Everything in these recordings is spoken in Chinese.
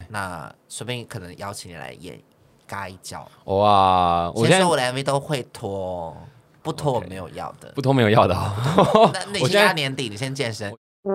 那说不定可能邀请你来演嘎一脚。 哇！我先说我的 MV 都会拖，不拖我没有要的， 不拖没有要的哦。 那你先压年底，你先健身。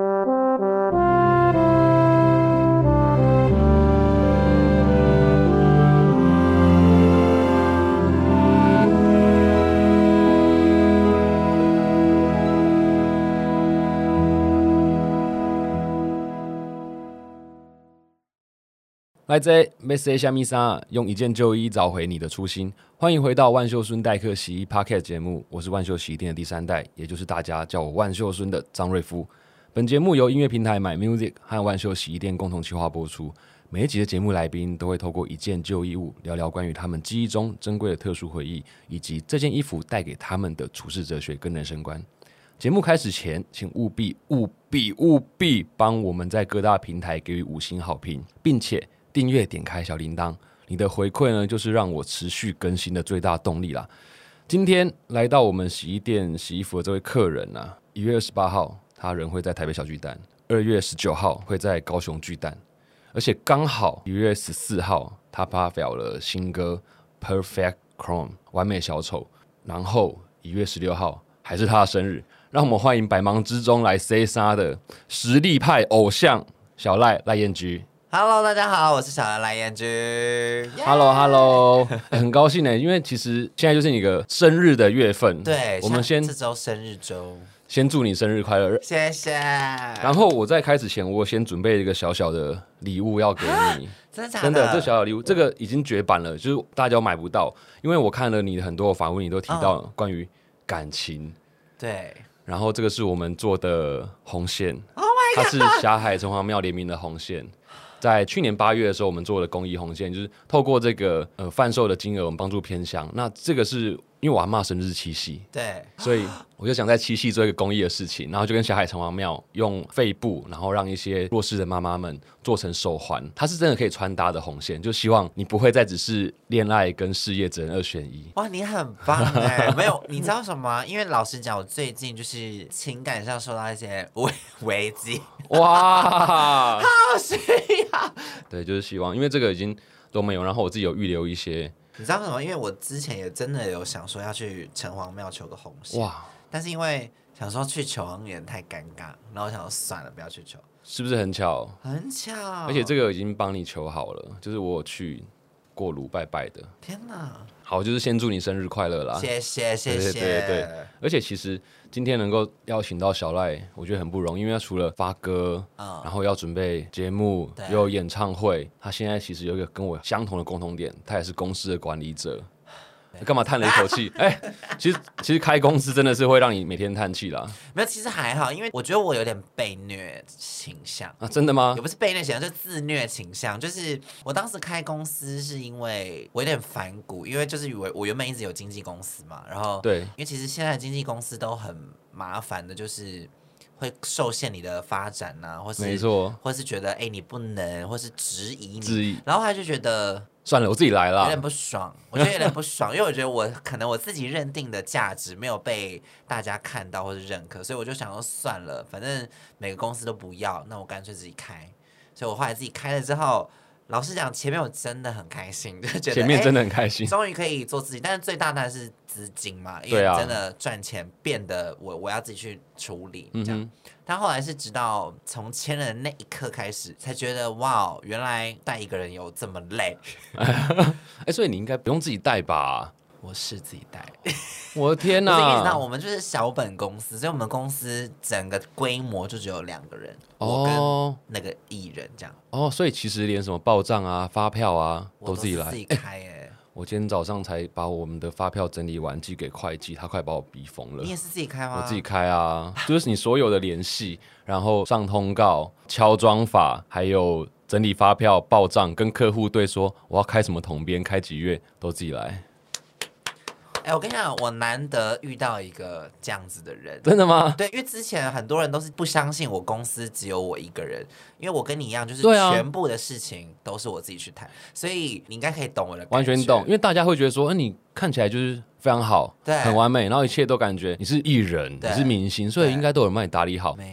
来这要说什么啥？用一件旧衣找回你的初心。欢迎回到万秀孙代客洗衣 Podcast 节目，我是万秀洗衣店的第3代，也就是大家叫我万秀孙的张瑞夫。本节目由音乐平台My Music 和万秀洗衣店共同企划播出。每一集的节目来宾都会透过一件旧衣物，聊聊关于他们记忆中珍贵的特殊回忆，以及这件衣服带给他们的处世哲学跟人生观。节目开始前，请务必帮我们在各大平台给予5星好评，并且订阅点开小铃铛，你的回馈呢，就是让我持续更新的最大动力啦。今天来到我们洗衣店洗衣服的这位客人啊，1月28号他人会在台北小巨蛋，2月19号会在高雄巨蛋，而且刚好1月14号他发表了新歌 Perfect Chrome 完美小丑，然后1月16号还是他的生日，让我们欢迎百忙之中来 say 啥的实力派偶像小赖燕居。 Hello， 大家好，我是小赖燕居。 Hello， 很高兴因为其实现在就是你个生日的月份， 对， 我们先这周生日周， 先祝你生日快乐， 谢谢。 然后我在开始前，我先准备一个小小的礼物要给你。 真的假的？ 真的，这小小礼物，这个已经绝版了，就是大家都买不到，因为我看了你很多访问，你都提到关于感情， 对。 然后这个是我们做的红线， Oh my God， 它是霞海城隍庙联名的红线。在去年8月的时候，我们做了公益红线，就是透过这个贩售的金额，我们帮助偏乡。那这个是因为我阿嬷生日是7夕， 对， 所以我就想在7夕做一个公益的事情，然后就跟霞海城隍庙用肺布，然后让一些弱势的妈妈们做成手环，它是真的可以穿搭的红线，就希望你不会再只是恋爱跟事业只能2选1。 哇，你很棒没有，你知道什么吗？因为老实讲，我最近就是情感上受到一些危机， 哇， 好需要。 对，就是希望，因为这个已经都没有，然后我自己有预留一些。 你知道什么？因为我之前也真的有想说要去城隍庙求个红线， 哇！ 但是因为想说去求好像有点太尴尬，然后我想说算了，不要去求。 是不是很巧？ 很巧， 而且这个已经帮你求好了，就是我有去过炉拜拜的。 天哪！ 好，就是先祝你生日快乐啦！ 谢谢。 对，而且其实今天能够邀请到小赖，我觉得很不容易，因为他除了发歌，然后要准备节目，又有演唱会，他现在其实有一个跟我相同的共同点，他也是公司的管理者。干嘛叹了一口气？其实开公司真的是会让你每天叹气啦。 没有，其实还好，因为我觉得我有点被虐倾向啊，真的吗？ 也不是被虐倾向，就自虐倾向。就是我当时开公司是因为我有点反骨，因为就是我原本一直有经纪公司嘛，然后对， 因为其实现在的经纪公司都很麻烦的，就是会受限你的发展啊，或是没错， 或是觉得你不能，或是质疑你，然后他就觉得。 算了，我自己来啦。 有点不爽，我觉得有点不爽，因为我觉得可能我自己认定的价值没有被大家看到或是认可，所以我就想说算了，反正每个公司都不要，那我干脆自己开。所以我后来自己开了之后，老实讲，前面我真的很开心，就觉得前面真的很开心， 终于可以做自己。但是最大当然是资金嘛，因为真的赚钱变得我要自己去处理这样。但后来是直到从签了那一刻开始，才觉得哇，原来带一个人有这么累。 所以你应该不用自己带吧？ 我是自己带。 我的天哪！ 不是因为你知道，我们就是小本公司，所以我们公司整个规模就只有2个人，我跟那个艺人这样。 所以其实连什么报账啊、发票啊都自己来， 自己开耶。 我今天早上才把我们的发票整理完，寄给会计，他快把我逼疯了。 你也是自己开吗？ 我自己开啊，就是你所有的联系，然后上通告、敲妆法，还有整理发票、报账，跟客户对说我要开什么统编、开几月，都自己来。 我跟你讲，我难得遇到一个这样子的人。 真的吗？ 对，因为之前很多人都是不相信我公司只有我一个人，因为我跟你一样，就是全部的事情都是我自己去谈，所以你应该可以懂我的感觉。 完全懂，因为大家会觉得说，你看起来就是非常好， 对， 很完美，然后一切都感觉你是艺人，你是明星，所以应该都有人帮你打理好。 没有，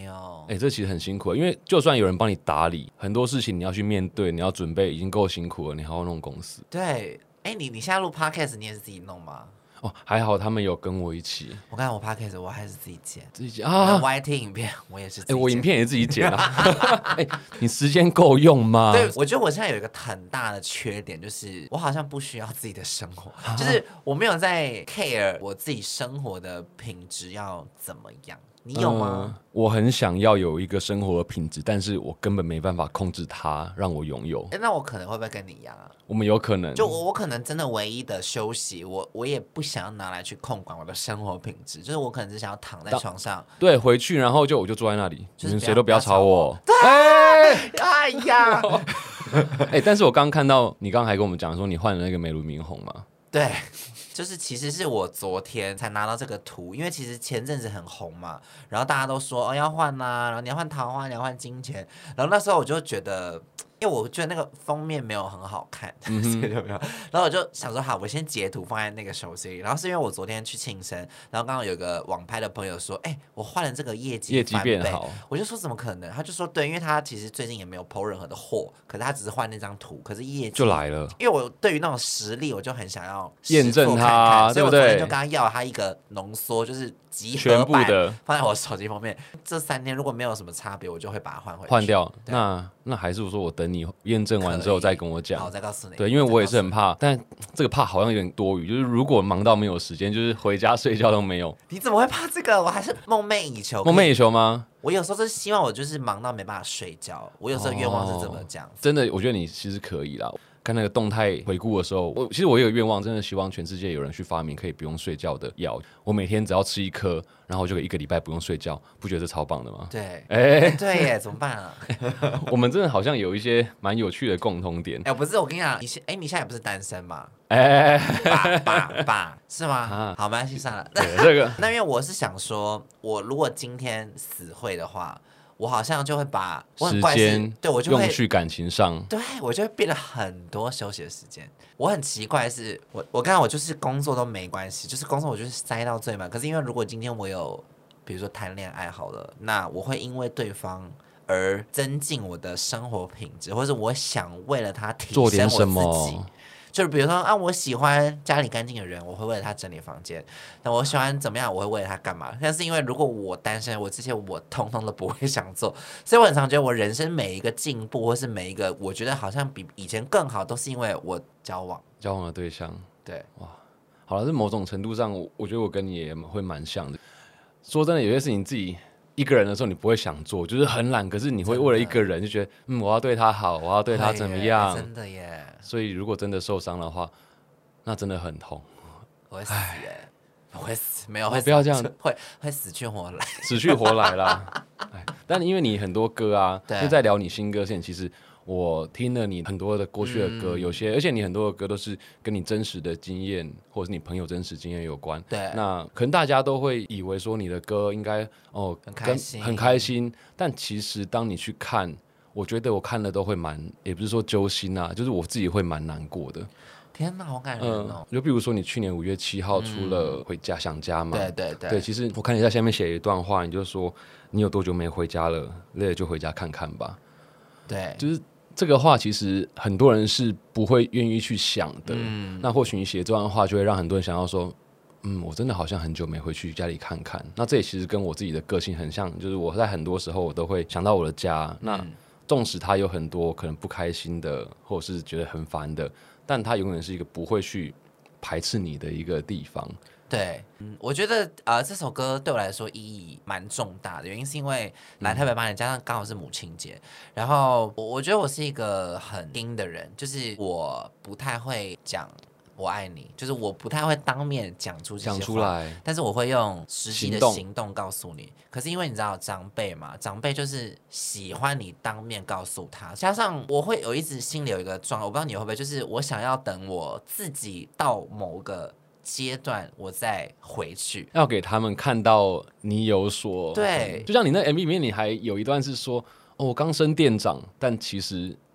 这其实很辛苦，因为就算有人帮你打理，很多事情你要去面对，你要准备，已经够辛苦了，你还要弄公司。 对，你现在录 podcast 你也是自己弄吗？ 还好他们有跟我一起。 我看我 podcast 我还是自己剪， 啊 ，YT 影片我也是自己剪。 我影片也自己剪啊。你时间够用吗？ 对，我觉得我现在有一个很大的缺点，就是我好像不需要自己的生活，就是我没有在 care 我自己生活的品质要怎么样。你有吗？ 我很想要有一个生活的品质，但是我根本没办法控制它，让我拥有。 那我可能会不会跟你一样啊？ 我们有可能， 就我可能真的唯一的休息，我也不想要拿来去控管我的生活品质，就是我可能只想要躺在床上， 对，回去然后我就坐在那里， 就是你们谁都不要吵我。 哎呀， 但是我刚刚看到你刚刚还跟我们讲说你换了那个美轮明宏嘛？ 对。就是其实是我昨天才拿到这个图，因为其实前阵子很红嘛，然后大家都说要换啊，然后你要换桃花，你要换金钱，然后那时候我就觉得，因为我觉得那个封面没有很好看，所以就没有。然后我就想说，好，我先截图放在那个手机里。然后是因为我昨天去庆生，然后刚刚有个网拍的朋友说，我换了这个业绩变好， 我就说怎么可能？他就说对，因为他其实最近也没有 po 任何的货，可是他只是换那张图，可是业绩就来了。 因为我对于那种实力，我就很想要验证它， 所以我昨天就跟他要他一个浓缩，就是集合版放在我手机封面。这3天如果没有什么差别，我就会把它换掉。那还是说我等你验证完之后再跟我讲， 好，我再告诉你。 对，因为我也是很怕，但这个怕好像有点多余，就是如果忙到没有时间，就是回家睡觉都没有。 你怎么会怕这个？我还是梦寐以求。 梦寐以求吗？ 我有时候是希望我就是忙到没办法睡觉，我有时候愿望是这么讲。 真的，我觉得你其实可以啦。看那个动态回顾的时候，其实我有一个愿望，真的希望全世界有人去发明可以不用睡觉的药。我每天只要吃1颗，然后就可以1个礼拜不用睡觉，不觉得这超棒的吗？ 对，对耶，怎么办啊？ 我们真的好像有一些蛮有趣的共同点。 不是，我跟你讲，你现在也不是单身嘛？爸是吗？好，没关系，算了。 这个， 那因为我是想说，我如果今天死会的话。我好像就会把时间对我就会用去感情上， 对我就会变了很多休息的时间。我很奇怪是，我刚才我就是工作都没关系，就是工作我就是塞到最满。可是因为如果今天我有比如说谈恋爱好了，那我会因为对方而增进我的生活品质，或者我想为了他提升我自己。 做点什么？ 就是比如说我喜欢家里干净的人，我会为了他整理房间；那我喜欢怎么样，我会为了他干嘛？但是因为如果我单身，我这些我通通都不会想做，所以我很常觉得我人生每一个进步，或是每一个我觉得好像比以前更好，都是因为我交往的对象。 对， 哇，好了，是某种程度上，我觉得我跟你也会蛮像的。说真的，有些事情自己一个人的时候你不会想做，就是很懒，可是你会为了一个人就觉得我要对他好，我要对他怎么样， 真的耶。 所以如果真的受伤的话，那真的很痛。 我会死耶，我会死，没有会死， 不要这样， 会死去活来， 死去活来啦。但因为你很多歌啊，就在聊你新歌线，其实我听了你很多的过去的歌，有些而且你很多的歌都是跟你真实的经验或者是你朋友真实经验有关。 对， 那可能大家都会以为说你的歌应该很开心，但其实当你去看，我觉得我看了都会也不是说揪心啊，就是我自己会蛮难过的。 天哪，好感人哦！ 就比如说你去年5月7号出了《回家想家》嘛， 对， 其实我看你在下面写一段话，你就说你有多久没回家了，累了就回家看看吧。 对， 就是这个话，其实很多人是不会愿意去想的。那或许你写这段话，就会让很多人想要说，我真的好像很久没回去家里看看。那这也其实跟我自己的个性很像，就是我在很多时候我都会想到我的家。那纵使他有很多可能不开心的，或者是觉得很烦的，但他永远是一个不会去排斥你的一个地方。 对，我觉得这首歌对我来说意义蛮重大的，原因是因为来台北8年，加上刚好是母亲节，然后我觉得我是一个很硬的人，就是我不太会讲我爱你，就是我不太会当面讲出这些话，但是我会用实际的行动告诉你。可是因为你知道长辈嘛，长辈就是喜欢你当面告诉他，加上我一直心里有一个状况，我不知道你会不会，就是我想要等我自己到某个阶段我再回去， 要给他们看到你有所对， 就像你那 MV 里面，你还有一段是说，我刚升店长，但其实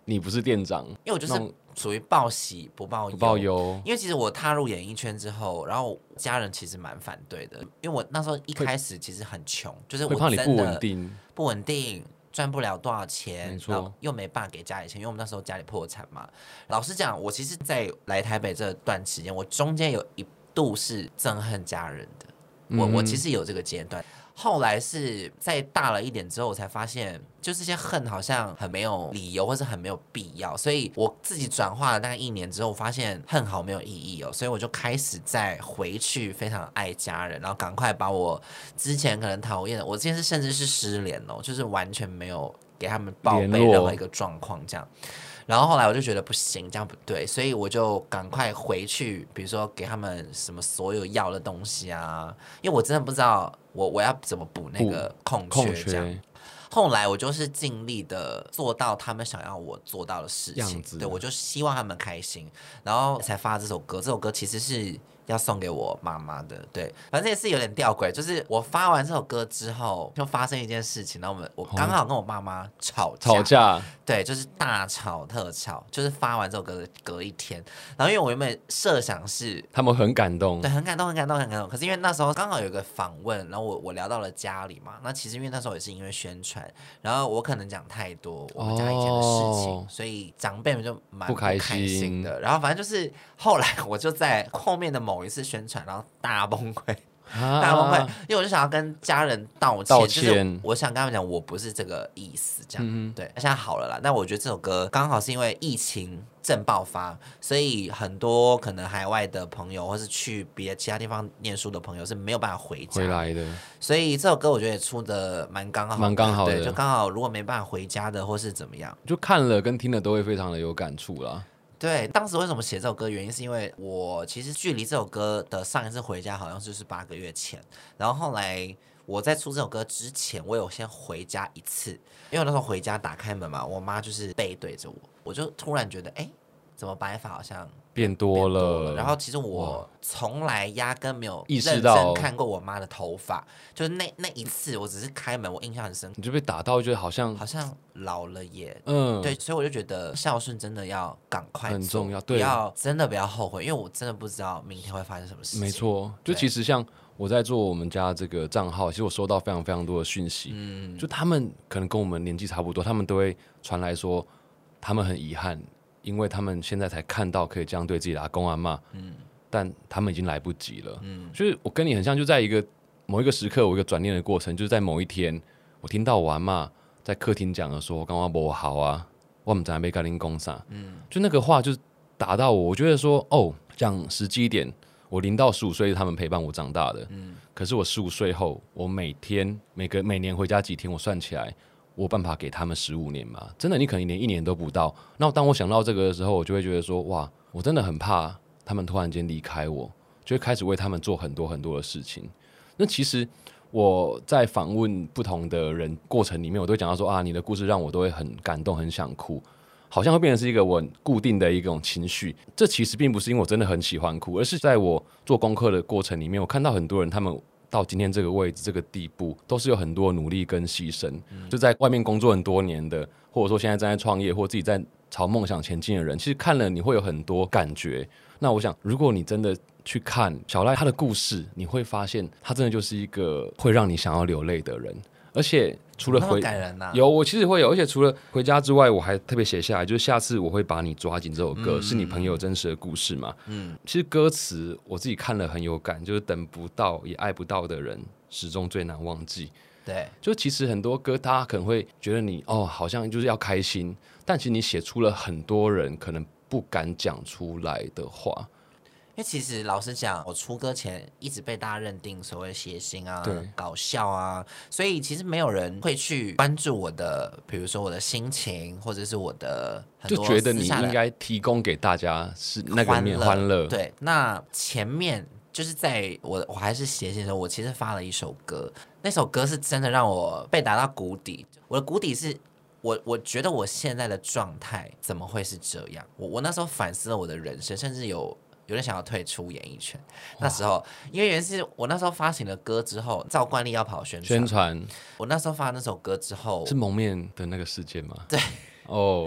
你不是店长， 因为我就是属于报喜不报忧。 不报忧。 因为其实我踏入演艺圈之后，然后家人其实蛮反对的，因为我那时候一开始其实很穷，就是我会怕你不真的稳定， 赚不了多少钱， 没错， 然后又没办法给家里钱，因为我们那时候家里破产嘛。老实讲，我其实，在来台北这段期间，我中间有一度是憎恨家人的，我其实有这个阶段。后来是在大了一点之后，我才发现，就这些恨好像很没有理由，或是很没有必要。所以我自己转化了大概1年之后，我发现恨好没有意义哦，所以我就开始再回去非常爱家人，然后赶快把我之前可能讨厌的，我之前是甚至是失联哦，就是完全没有给他们报备任何一个状况这样。然后后来我就觉得不行，这样不对，所以我就赶快回去，比如说给他们什么所有要的东西啊，因为我真的不知道我要怎么补那个空缺这样。后来我就是尽力的做到他们想要我做到的事情，对，我就希望他们开心，然后才发这首歌。这首歌其实是要送给我妈妈的，对，反正也是有点吊诡，就是我发完这首歌之后，就发生一件事情，然后我刚好跟我妈妈吵架，对，就是大吵特吵，就是发完这首歌的隔一天，然后因为我原本设想是他们很感动， 对，很感动，可是因为那时候刚好有一个访问，然后我聊到了家里嘛，那其实因为那时候也是因为宣传，然后我可能讲太多我们家以前的事情，所以长辈们就蛮不开心的。然后反正就是后来我就在后面的某一次宣传，然后大崩溃，因为我就想要跟家人道歉，就是我想跟他们讲我不是这个意思，这样，对，现在好了啦。那我觉得这首歌刚好是因为疫情正爆发，所以很多可能海外的朋友或是去其他地方念书的朋友是没有办法回来的， 所以这首歌我觉得也出的蛮刚好的，对，就刚好如果没办法回家的或是怎么样， 就看了跟听了都会非常的有感触啦。 对，当时为什么写这首歌，原因是因为我其实距离这首歌的上一次回家好像就是8个月前，然后后来我在出这首歌之前，我有先回家一次，因为我那时候回家打开门嘛，我妈就是背对着我，我就突然觉得，哎，怎么白发好像变多了， 然后其实我从来压根没有认真看过我妈的头发，就是那一次我只是开门，我印象很深， 你就被打到，觉得好像老了耶，对，所以我就觉得孝顺真的要赶快做， 很重要，对， 真的不要后悔，因为我真的不知道明天会发生什么事情。 没错，就其实像我在做我们家这个账号，其实我收到非常非常多的讯息，就他们可能跟我们年纪差不多，他们都会传来说他们很遗憾。因为他们现在才看到可以这样对自己的阿公阿嬷，但他们已经来不及了。就是我跟你很像，就在某一个时刻，我一个转念的过程，就是在某一天，我听到我阿嬷在客厅讲的说：“刚刚不好啊，我们在被甘霖攻上。”就那个话就打到我，我觉得说，哦，讲实际一点，我0到15岁是他们陪伴我长大的，可是我15岁后，我每年回家几天，我算起来。我有办法给他们15年吗？真的，你可能连1年都不到。那当我想到这个的时候，我就会觉得说，哇，我真的很怕他们突然间离开我，就会开始为他们做很多很多的事情。那其实我在访问不同的人过程里面，我都会讲到说，啊，你的故事让我都会很感动，很想哭，好像会变成是一个我很固定的一种情绪。这其实并不是因为我真的很喜欢哭，而是在我做功课的过程里面，我看到很多人他们到今天这个位置这个地步，都是有很多努力跟牺牲，就在外面工作很多年的，或者说现在正在创业或自己在朝梦想前进的人，其实看了你会有很多感觉。那我想如果你真的去看小赖他的故事，你会发现他真的就是一个会让你想要流泪的人。而且除了感人啊， 有我其实会有，而且除了回家之外，我还特别写下来，就是下次我会把你抓紧这首歌，是你朋友真实的故事嘛。其实歌词我自己看了很有感，就是等不到也爱不到的人，始终最难忘记。 对， 就其实很多歌，大家可能会觉得你好像就是要开心，但其实你写出了很多人可能不敢讲出来的话。 因为其实老实讲，我出歌前一直被大家认定所谓谐星啊、搞笑啊，所以其实没有人会去关注我的，比如说我的心情，或者是我的很多就觉得你应该提供给大家是那个面欢乐。 对，那前面就是在我还是谐星的时候，我其实发了一首歌，那首歌是真的让我被打到谷底。我的谷底是我觉得我现在的状态怎么会是这样？我那时候反思了我的人生，甚至有人想要退出演艺圈。那时候因为原是我那时候发行了歌之后，照惯例要跑宣传。我那时候发那首歌之后， 是蒙面的那个事件吗？ 对，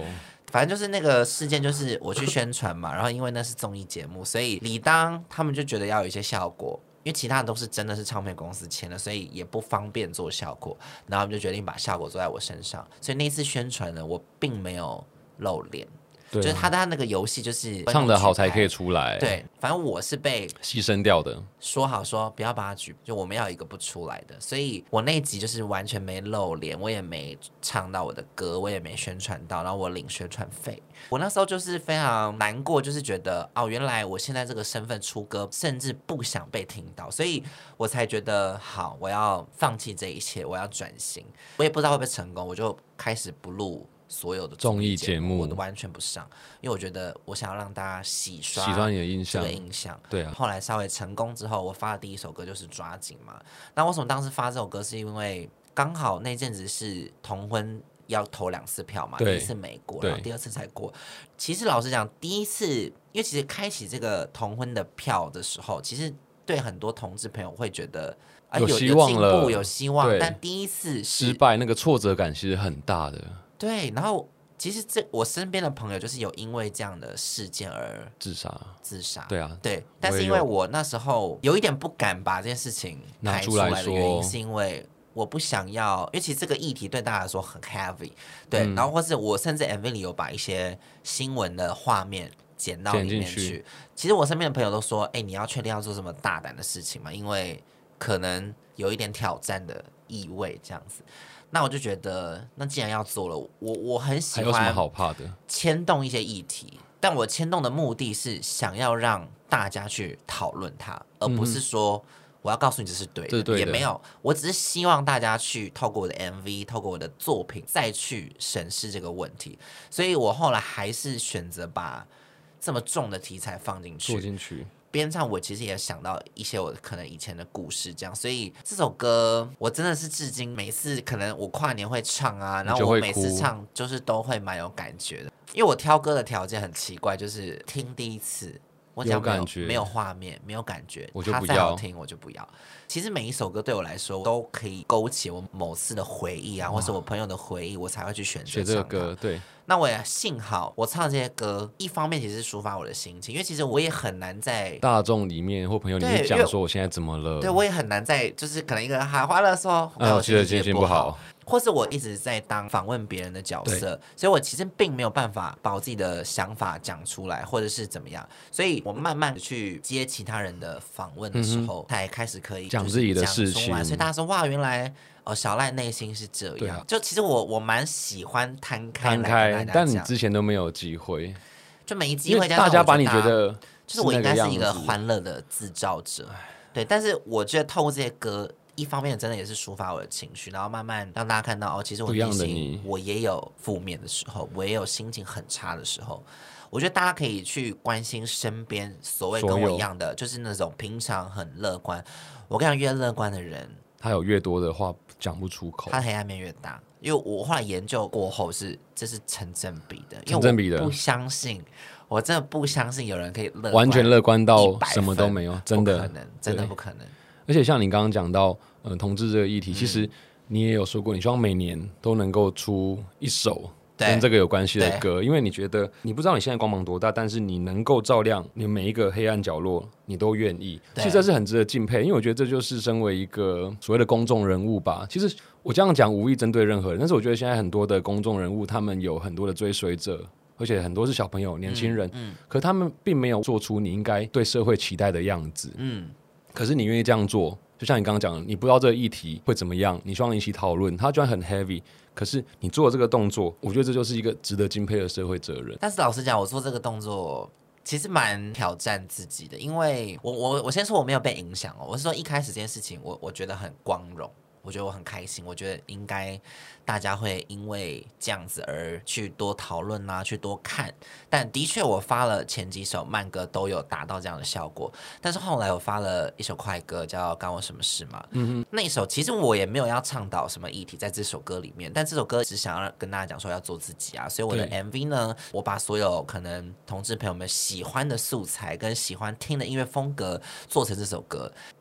反正就是那个事件，就是我去宣传嘛，然后因为那是综艺节目，所以理当他们就觉得要有一些效果，因为其他人都是真的是唱片公司签的，所以也不方便做效果，然后他们就决定把效果做在我身上，所以那次宣传呢，我并没有露脸。 对啊， 就是他那个游戏就是唱得好才可以出来。 对，反正我是被牺牲掉的。 说好说不要把他举，就我们要有一个不出来的，所以我那一集就是完全没露脸，我也没唱到我的歌，我也没宣传到，然后我领宣传费。我那时候就是非常难过，就是觉得哦，原来我现在这个身份出歌，甚至不想被听到，所以我才觉得好，我要放弃这一切，我要转型。我也不知道会不会成功，我就开始不录所有的综艺节目， 我都完全不上，因为我觉得我想要让大家洗刷你的印象， 这个印象。 对啊。 后来稍微成功之后，我发的第一首歌就是《抓紧》嘛。那为什么当时发这首歌，是因为刚好那阵子是同婚要投2次票嘛，第一次没过，然后第2次才过。其实老实讲，第一次，因为其实开启这个同婚的票的时候，其实对很多同志朋友会觉得。 有希望了， 有希望，但第一次失败，那个挫折感其实很大的。 对，然后其实我身边的朋友就是有因为这样的事件而自杀。 对啊， 对，但是因为我那时候有一点不敢把这件事情拿出来的原因，是因为我不想要，因为其实这个议题对大家来说很 heavy， 对，然后或是我甚至 MV 里有把一些新闻的画面剪到里面去。其实我身边的朋友都说，你要确定要做这么大胆的事情吗？因为可能有一点挑战的意味，这样子。那我就觉得，那既然要做了，我很喜欢， 还有什么好怕的？ 牵动一些议题，但我牵动的目的是想要让大家去讨论它，而不是说我要告诉你这是对的，也没有。我只是希望大家去透过我的 MV， 透过我的作品，再去审视这个问题。所以我后来还是选择把这么重的题材放进去， 做进去。 边唱我其实也想到一些我可能以前的故事，这样，所以这首歌我真的是至今每次可能我跨年会唱啊，然后我每次唱就是都会蛮有感觉的，因为我挑歌的条件很奇怪，就是听第一次我只要没有画面没有感觉， 我就不要， 它再好听我就不要。其实每一首歌对我来说都可以勾起我某次的回忆啊，或是我朋友的回忆，我才会去选择这个歌。对， 那我也幸好我唱这些歌，一方面其实是抒发我的心情，因为其实我也很难在大众里面或朋友里面讲说我现在怎么了。 对，我也很难在就是可能一个人喊欢乐说， 我觉得心情不好。 或是我一直在当访问别人的角色，所以我其实并没有办法把我自己的想法讲出来，或者是怎么样。所以我慢慢的去接其他人的访问的时候，才开始可以讲自己的事情。 所以大家说哇，原来小赖内心是这样。就其实我蛮喜欢摊开， 但你之前都没有机会， 就没机会。 大家把你觉得就是我应该是一个欢乐的制造者，对。但是我觉得透过这些歌。一方面真的也是抒发我的情绪，然后慢慢让大家看到其实我内心我也有负面的时候，我也有心情很差的时候。我觉得大家可以去关心身边所谓跟我一样的，就是那种平常很乐观。我跟你讲，越乐观的人， 他有越多的话讲不出口， 他黑暗面越大。因为我后来研究过后这是成正比的， 成正比的。 因为我不相信，我真的不相信有人可以完全乐观到什么都没有，真的不可能，真的不可能。 而且像你刚刚讲到同志这个议题，其实你也有说过，你希望每年都能够出一首跟这个有关系的歌，因为你觉得你不知道你现在光芒多大，但是你能够照亮你每一个黑暗角落，你都愿意。其实这是很值得敬佩，因为我觉得这就是身为一个所谓的公众人物吧。其实我这样讲无意针对任何人，但是我觉得现在很多的公众人物，他们有很多的追随者。而且很多是小朋友、年轻人，可他们并没有做出你应该对社会期待的样子。可是你愿意这样做，就像你刚刚讲的，你不知道这个议题会怎么样，你希望一起讨论，它居然很 heavy， 可是你做的这个动作，我觉得这就是一个值得敬佩的社会责任。 但是老实讲，我做这个动作其实蛮挑战自己的，因为我先说我没有被影响哦，我是说一开始这件事情我觉得很光荣。我觉得我很开心，我觉得应该大家会因为这样子而去多讨论啊，去多看。但的确，我发了前几首慢歌都有达到这样的效果。但是后来我发了一首快歌，叫《干我什么事》嘛。那一首其实我也没有要倡导什么议题在这首歌里面，但这首歌只想要跟大家讲说要做自己啊。所以我的 MV 呢，我把所有可能同志朋友们喜欢的素材跟喜欢听的音乐风格做成这首歌。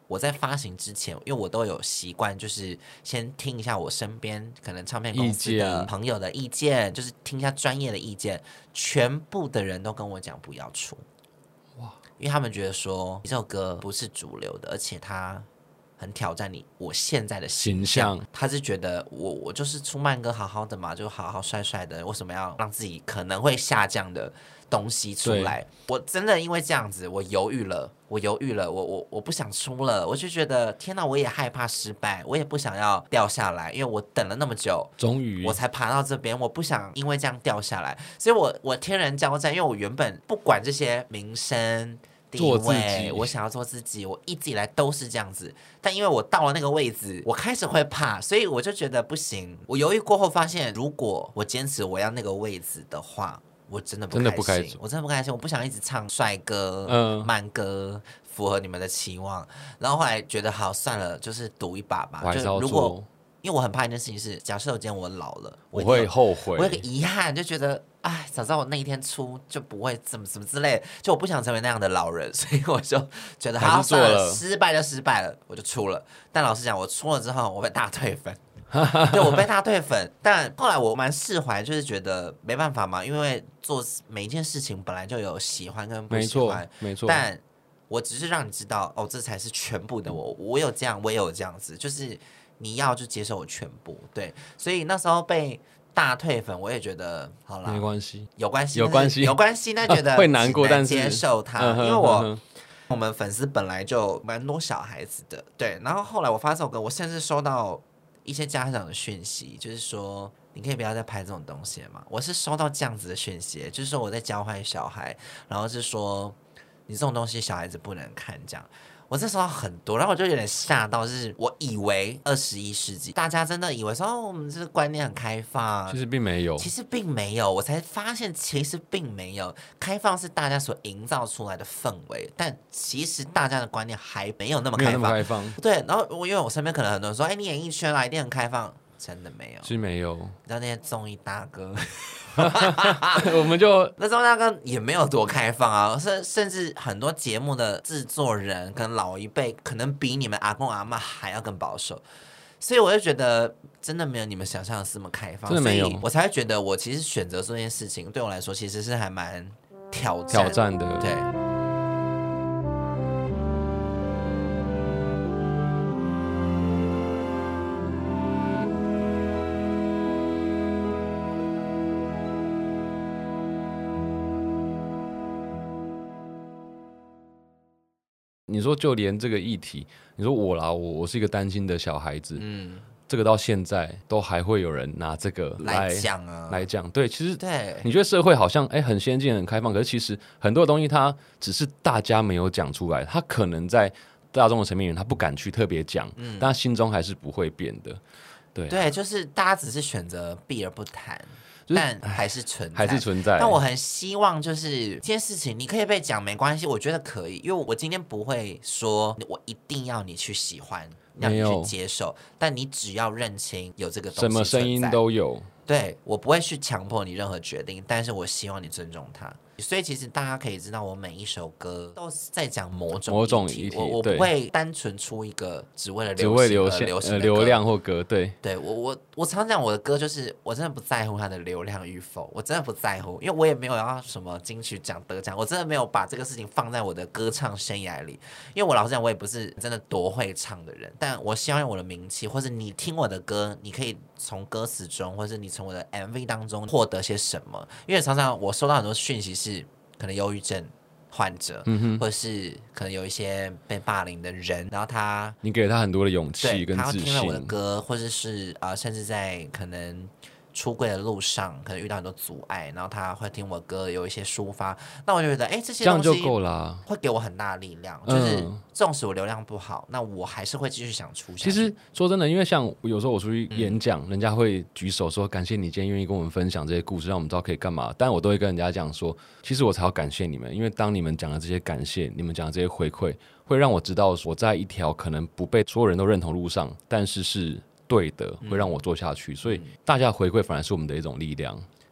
我在发行之前，因为我都有习惯，就是先听一下我身边可能唱片公司的朋友的意见，就是听一下专业的意见，全部的人都跟我讲不要出，哇，因为他们觉得说这首歌不是主流的，而且它很挑战我现在的形象。他是觉得我就是出慢歌好好的嘛，就好好帅帅的，为什么要让自己可能会下降的东西出来？我真的因为这样子，我犹豫了，我不想出了，我就觉得天哪，我也害怕失败，我也不想要掉下来，因为我等了那么久， 终于我才爬到这边，我不想因为这样掉下来，所以我天人交战，因为我原本不管这些名声。地位，我想要做自己，我一直以来都是这样子。但因为我到了那个位置，我开始会怕，所以我就觉得不行。我犹豫过后发现，如果我坚持我要那个位置的话，我真的不开心。我真的不开心，我不想一直唱帅歌、慢歌，符合你们的期望。然后后来觉得好算了，就是赌一把吧。就如果因为我很怕一件事情是，假设有今天我老了， 我会后悔， 我有个遗憾，就觉得哎，早知道我那一天出就不会怎么之类的，就我不想成为那样的老人，所以我就觉得好算了，失败就失败了，我就出了。但老实讲，我出了之后，我被大退粉，对，我被大退粉。但后来我蛮释怀，就是觉得没办法嘛，因为做每一件事情本来就有喜欢跟不喜欢， 没错。 但我只是让你知道，哦，这才是全部的我，我有这样，我也有这样子，就是你要就接受我全部，对。所以那时候被大退粉，我也觉得好啦， 没关系， 有关系， 有关系， 那觉得会难过，但是接受它，因为我们粉丝本来就蛮多小孩子的，对。然后后来我发这首歌，我甚至收到一些家长的讯息，就是说你可以不要再拍这种东西了嘛。我是收到这样子的讯息，就是说我在教坏小孩，然后是说你这种东西小孩子不能看这样。我这收到很多，然后我就有点吓到，就是我以为21世纪大家真的以为说我们这个观念很开放， 其实并没有， 我才发现其实并没有。开放是大家所营造出来的氛围，但其实大家的观念还没有那么开放。对，然后因为我身边可能很多人说，哎，你演艺圈啦一定很开放，真的没有， 是没有。 你知道那些综艺大哥。 我们就那综艺大哥也没有多开放啊，甚至很多节目的制作人跟老一辈可能比你们阿公阿嬷还要更保守，所以我就觉得真的没有你们想象的这么开放， 真的没有， 所以我才会觉得我其实选择这件事情对我来说其实是还蛮挑战的，对。 你说就连这个议题，你说我是一个单亲的小孩子，这个到现在都还会有人拿这个来讲啊， 来讲。对，其实对， 你觉得社会好像很先进很开放，可是其实很多东西它只是大家没有讲出来，它可能在大众的层面他不敢去特别讲，但他心中还是不会变的。 对，就是大家只是选择避而不谈。但还是存在。但我很希望，就是这件事情，你可以被讲没关系，我觉得可以，因为我今天不会说我一定要你去喜欢，让你去接受，但你只要认清有这个东西， 什么声音都有。 对，我不会去强迫你任何决定，但是我希望你尊重它。所以其实大家可以知道，我每一首歌都是在讲某种议题，我不会单纯出一个只为了流行流量或歌。对， 我常讲我的歌就是我真的不在乎它的流量与否，我真的不在乎，因为我也没有要什么金曲奖得奖，我真的没有把这个事情放在我的歌唱生涯里。因为我老实讲，我也不是真的多会唱的人，但我希望用我的名气，或是你听我的歌，你可以从歌词中，或是你从我的 MV 当中获得些什么。因为常常我收到很多讯息是可能忧郁症患者，或者是可能有一些被霸凌的人，然后你给他很多的勇气跟自信，他听了我的歌，或者是甚至在可能出柜的路上，可能遇到很多阻碍，然后他会听我歌，有一些抒发，那我就觉得，这些东西这样就够了， 会给我很大的力量。就是纵使我流量不好，那我还是会继续想出下去。 其实说真的，因为像有时候我出去演讲，人家会举手说感谢你今天愿意跟我们分享这些故事，让我们知道可以干嘛。但我都会跟人家讲说，其实我才要感谢你们，因为当你们讲的这些感谢，你们讲的这些回馈，会让我知道我在一条可能不被所有人都认同路上，但是对的，会让我做下去，所以大家回馈反而是我们的一种力量。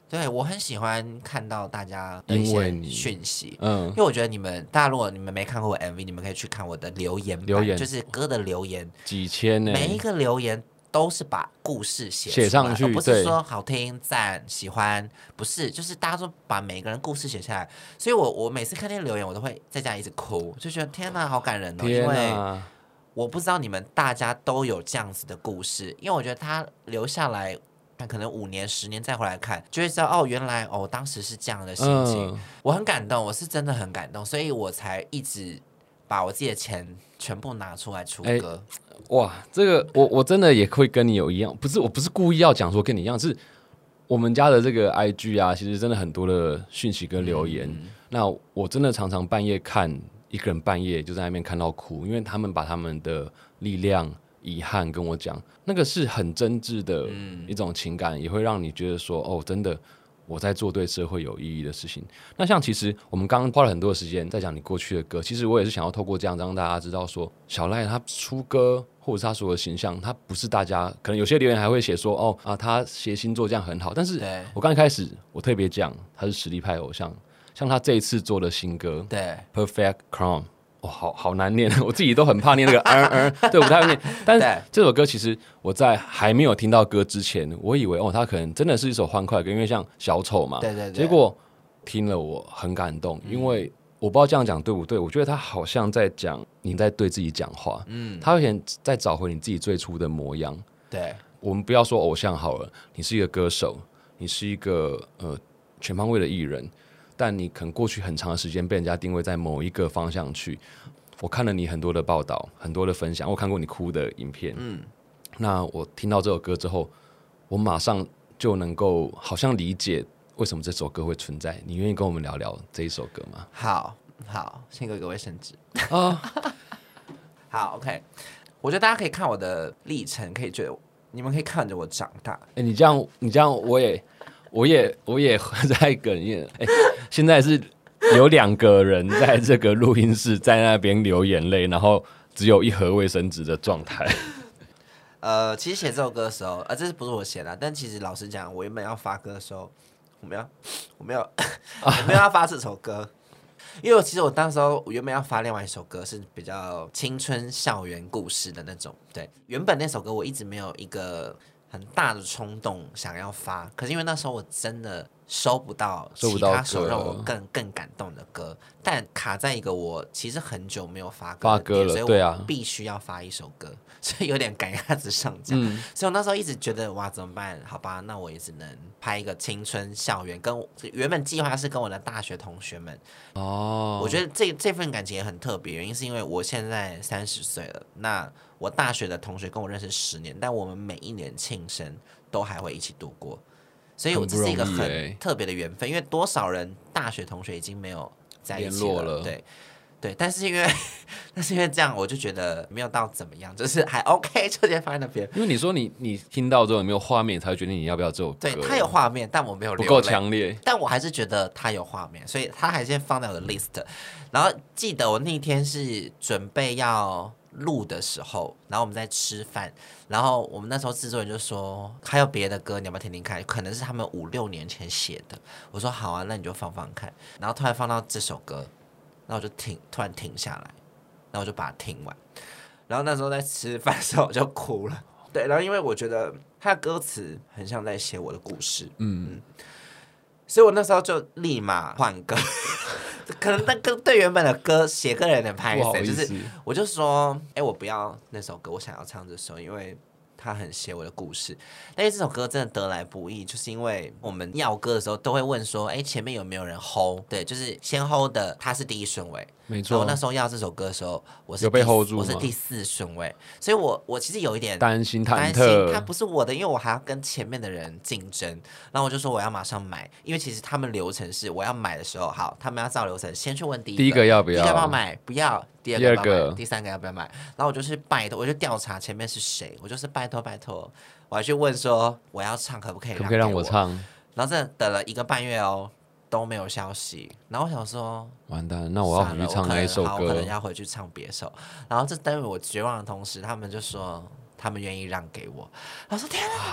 对，我很喜欢看到大家的一些讯息，因为我觉得大家如果你们没看过我 MV， 你们可以去看我的留言，就是歌的留言， 几千呢， 每一个留言都是把故事写上去， 不是说好听、赞、喜欢，不是，就是大家都把每个人故事写下来。所以我每次看那些留言，我都会在家一直哭，就觉得天哪，好感人哦！因为我不知道你们大家都有这样子的故事，因为我觉得他留下来。可能5年、10年再回来看，就会知道哦，原来当时是这样的心情，我很感动，我是真的很感动，所以我才一直把我自己的钱全部拿出来出歌。 哇，这个我真的也会跟你有一样，我不是故意要讲说跟你一样，是我们家的这个 IG 啊，其实真的很多的讯息跟留言，那我真的常常半夜看，一个人半夜就在那边看到哭，因为他们把他们的力量。遗憾跟我讲，那个是很真挚的一种情感，也会让你觉得说，哦，真的我在做对社会有意义的事情。那像其实我们刚刚花了很多的时间在讲你过去的歌，其实我也是想要透过这样让大家知道说，小赖他出歌或者是他所有的形象，他不是大家可能有些留言还会写说，他写星座这样很好，但是我刚一开始我特别讲他是实力派偶像，像他这一次做的新歌， 对 ，Perfect Crown。好难念，我自己都很怕念那个对，我不太会念。但是这首歌其实我在还没有听到歌之前，我以为它可能真的是一首欢快歌，因为像小丑嘛。 对。 结果听了我很感动，因为我不知道这样讲对不对，我觉得他好像在讲你在对自己讲话，他有点在找回你自己最初的模样。 对， 我们不要说偶像好了，你是一个歌手，你是一个全方位的艺人。但你可能过去很长的时间被人家定位在某一个方向去。我看了你很多的报道，很多的分享，我看过你哭的影片。那我听到这首歌之后，我马上就能够好像理解为什么这首歌会存在。你愿意跟我们聊聊这一首歌吗？ 好，先给我一个卫生纸啊。好 ，OK。我觉得大家可以看我的历程，可以觉得你们可以看着我长大。 你这样，我也在哽咽。现在是有2个人在这个录音室，在那边流眼泪，然后只有1盒卫生纸的状态。 其实写这首歌的时候，这不是我写的，但其实老实讲，我原本要发歌的时候，我没有要发这首歌，因为其实我当时候原本要发另外一首歌，是比较青春校园故事的那种。对，原本那首歌我一直没有一个很大的冲动想要发，可是因为那时候我真的收不到其他首让我更感动的歌，但卡在一个我其实很久没有发歌了，所以我必须要发一首歌，所以有点赶鸭子上架。所以我那时候一直觉得哇怎么办？好吧，那我也只能拍一个青春校园，跟原本计划是跟我的大学同学们。我觉得这份感情也很特别，原因是因为我现在30岁了，那我大学的同学跟我认识10年，但我们每一年庆生都还会一起度过。所以我这是一个很特别的缘分，因为多少人大学同学已经没有在一起了，对，但是因为这样，我就觉得没有到怎么样，就是还 OK， 就先放在那边。 因为你说你听到之后你没有画面，才会决定你要不要这首歌。 对，他有画面，但我没有流泪， 不够强烈， 但我还是觉得他有画面，所以他还先放在我的 list。然后记得我那天是准备要录的时候，然后我们在吃饭，然后我们那时候制作人就说还有别的歌，你要不要听听看？可能是他们5-6年前写的。我说好啊，那你就放放看。然后突然放到这首歌，然后我就突然停下来，然后我就把它听完。然后那时候在吃饭的时候我就哭了，对，然后因为我觉得他的歌词很像在写我的故事，所以我那时候就立马换歌。可能那跟对原本的歌写歌人有点拍谁，就是我就说，我不要那首歌，我想要唱这首，因为它很写我的故事。但是这首歌真的得来不易，就是因为我们要歌的时候都会问说，前面有没有人 hold？ 对，就是先 hold 的，他是第1顺位。 没错。 我那时候要这首歌的时候，我是有被 hold 住吗？ 我是第4顺位，所以我其实有一点担心忐忑， 它不是我的，因为我还要跟前面的人竞争。然后我就说我要马上买，因为其实他们流程是我要买的时候，好，他们要照流程先去问第一个要不要， 第一个要不要买，不要。第2个要不要买，第3个要不要买？然后我就是拜托，我就调查前面是谁，我就是拜托，我还去问说我要唱可不可以让我唱？ 然后真的等了1个半月哦，都没有消息。然后我想说完蛋，那我要回去唱哪一首歌？ 我可能要回去唱别首。然后这等于我绝望的同时，他们就说他们愿意让给我。我说天啊，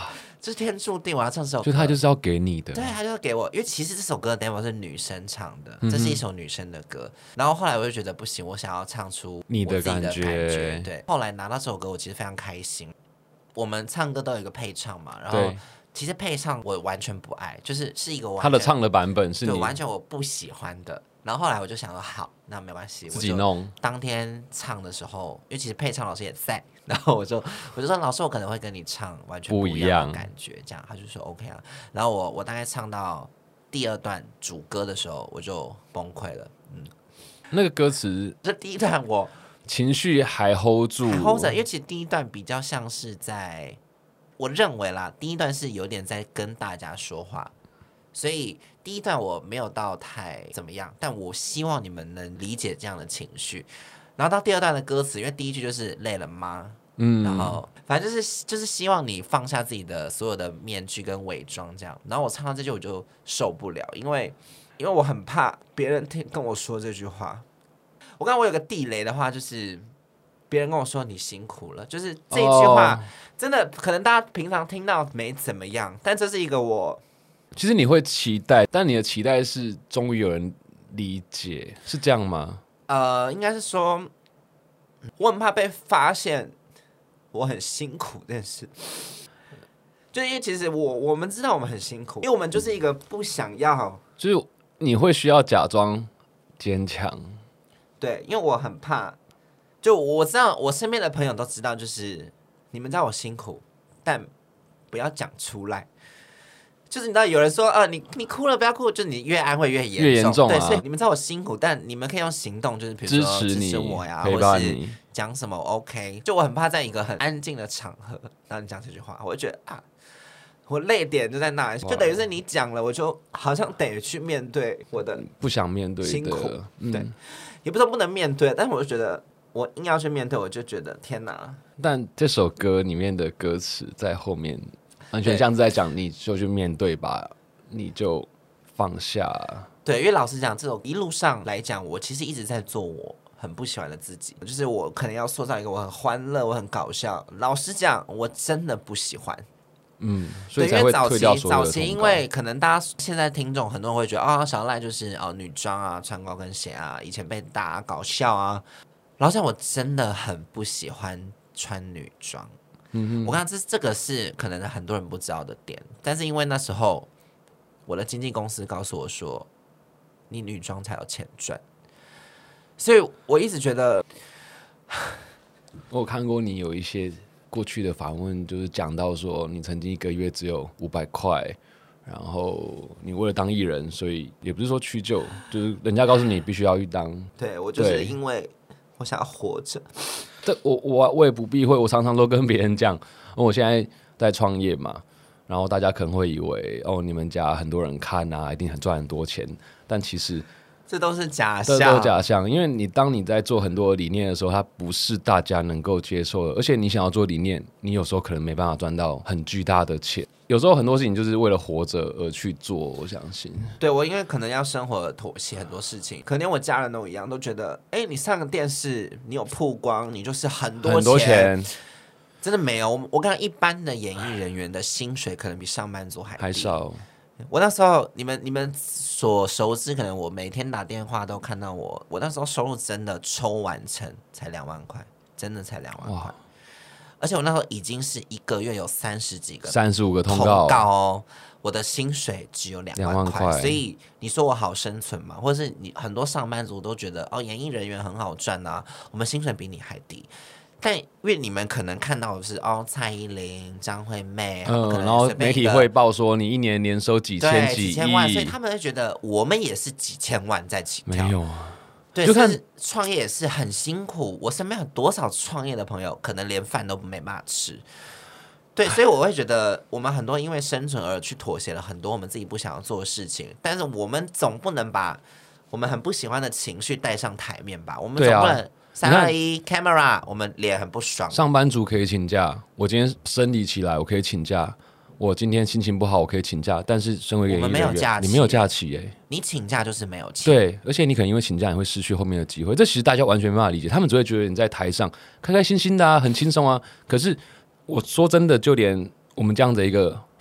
这天注定我要唱这首歌， 就他就是要给你的， 对，他就给我，因为其实这首歌的 demo 是女生唱的，这是一首女生的歌。然后后来我就觉得不行，我想要唱出你的感觉。 对，后来拿到这首歌，我其实非常开心。我们唱歌都有一个配唱嘛，然后其实配唱我完全不爱，就是一个他的唱的版本是你完全我不喜欢的。然后后来我就想说，好，那没关系， 自己弄。 当天唱的时候，因为其实配唱老师也在，然后我就说老师，我可能会跟你唱完全不一样的感觉，这样他就说 OK 啊。然后我大概唱到第2段主歌的时候，我就崩溃了。 那个歌词， 这第一段我情绪还 hold 住， 还 hold 着，因为其实第一段比较像是在，我认为啦，第一段是有点在跟大家说话。所以第一段我没有到太怎么样，但我希望你们能理解这样的情绪。然后到第2段的歌词，因为第一句就是累了吗？然后反正就是希望你放下自己的所有的面具跟伪装这样。然后我唱到这句我就受不了，因为我很怕别人跟我说这句话。我刚刚我有个地雷的话，就是别人跟我说你辛苦了，就是这一句话真的可能大家平常听到没怎么样，但这是一个我。 其实你会期待，但你的期待是终于有人理解，是这样吗？ 应该是说，我很怕被发现我很辛苦这件事。就因为其实我们知道我们很辛苦，因为我们就是一个不想要， 就是你会需要假装坚强。 对，因为我很怕，就我知道我身边的朋友都知道，就是你们知道我辛苦，但不要讲出来。就是你知道有人说你哭了不要哭，就是你越安慰越严重，对，所以你们知道我辛苦，但你们可以用行动，就是比如说支持我呀，或者是讲什么 OK。就我很怕在一个很安静的场合，然后你讲这句话，我就觉得我泪点就在那，就等于是你讲了，我就好像得去面对我的不想面对的辛苦，对，也不是说不能面对，但是我就觉得我硬要去面对，我就觉得天哪！ 但这首歌里面的歌词在后面。完全像是在讲，你就去面对吧，你就放下。 对，因为老实讲，这种一路上来讲，我其实一直在做我很不喜欢的自己，就是我可能要塑造一个我很欢乐、我很搞笑。老实讲，我真的不喜欢。 所以才会退掉所有的早期因为可能大家现在听众很多人会觉得小赖就是女装啊，穿高跟鞋啊，以前被大家搞笑啊。老实讲，我真的很不喜欢穿女装。我看这个是可能很多人不知道的点，但是因为那时候我的经纪公司告诉我说，你女装才有钱赚，所以我一直觉得， 我有看过你有一些过去的访问，就是讲到说你曾经1个月只有500块，然后你为了当艺人，所以也不是说屈就，就是人家告诉你必须要去当， 对我就是因为我想要活着。 我也不避讳，我常常都跟别人讲，我现在在创业嘛，然后大家可能会以为你们家很多人看啊，一定赚很多钱，但其实这都是假象， 这都是假象。因为当你在做很多理念的时候，它不是大家能够接受的，而且你想要做理念，你有时候可能没办法赚到很巨大的钱。有时候很多事情就是为了活着而去做，我相信。 对，我因为可能要生活而妥协很多事情，可能连我家人都一样，都觉得，你上个电视，你有曝光，你就是很多钱。真的没有，我看一般的演艺人员的薪水可能比上班族还少。 我那时候，你们所熟知，可能我每天打电话都看到我那时候收入真的抽完成才2万块，真的才2万块。而且我那时候已经是1个月有30几个、 35个通告哦，我的薪水只有2万块，所以你说我好生存吗？或者是你很多上班族都觉得演艺人员很好赚啊，我们薪水比你还低。但因为你们可能看到的是蔡依林、张惠妹， 然后媒体会报说你一年年收几千几万，所以他们会觉得我们也是几千万在起跳。 没有啊。 对，就看创业也是很辛苦。我身边有多少创业的朋友，可能连饭都没办法吃。对，所以我会觉得，我们很多因为生存而去妥协了很多我们自己不想要做的事情。但是我们总不能把我们很不喜欢的情绪带上台面吧？我们总不能3、2、1 camera， 我们脸很不爽。 上班族可以请假，我今天生理起来，我可以请假。我今天心情不好，我可以请假，但是身为一个演艺人员，你没有假期你请假就是没有钱。 对，而且你可能因为请假，你会失去后面的机会。这其实大家完全没办法理解，他们只会觉得你在台上开开心心的啊，很轻松啊。可是我说真的，就连我们这样的一个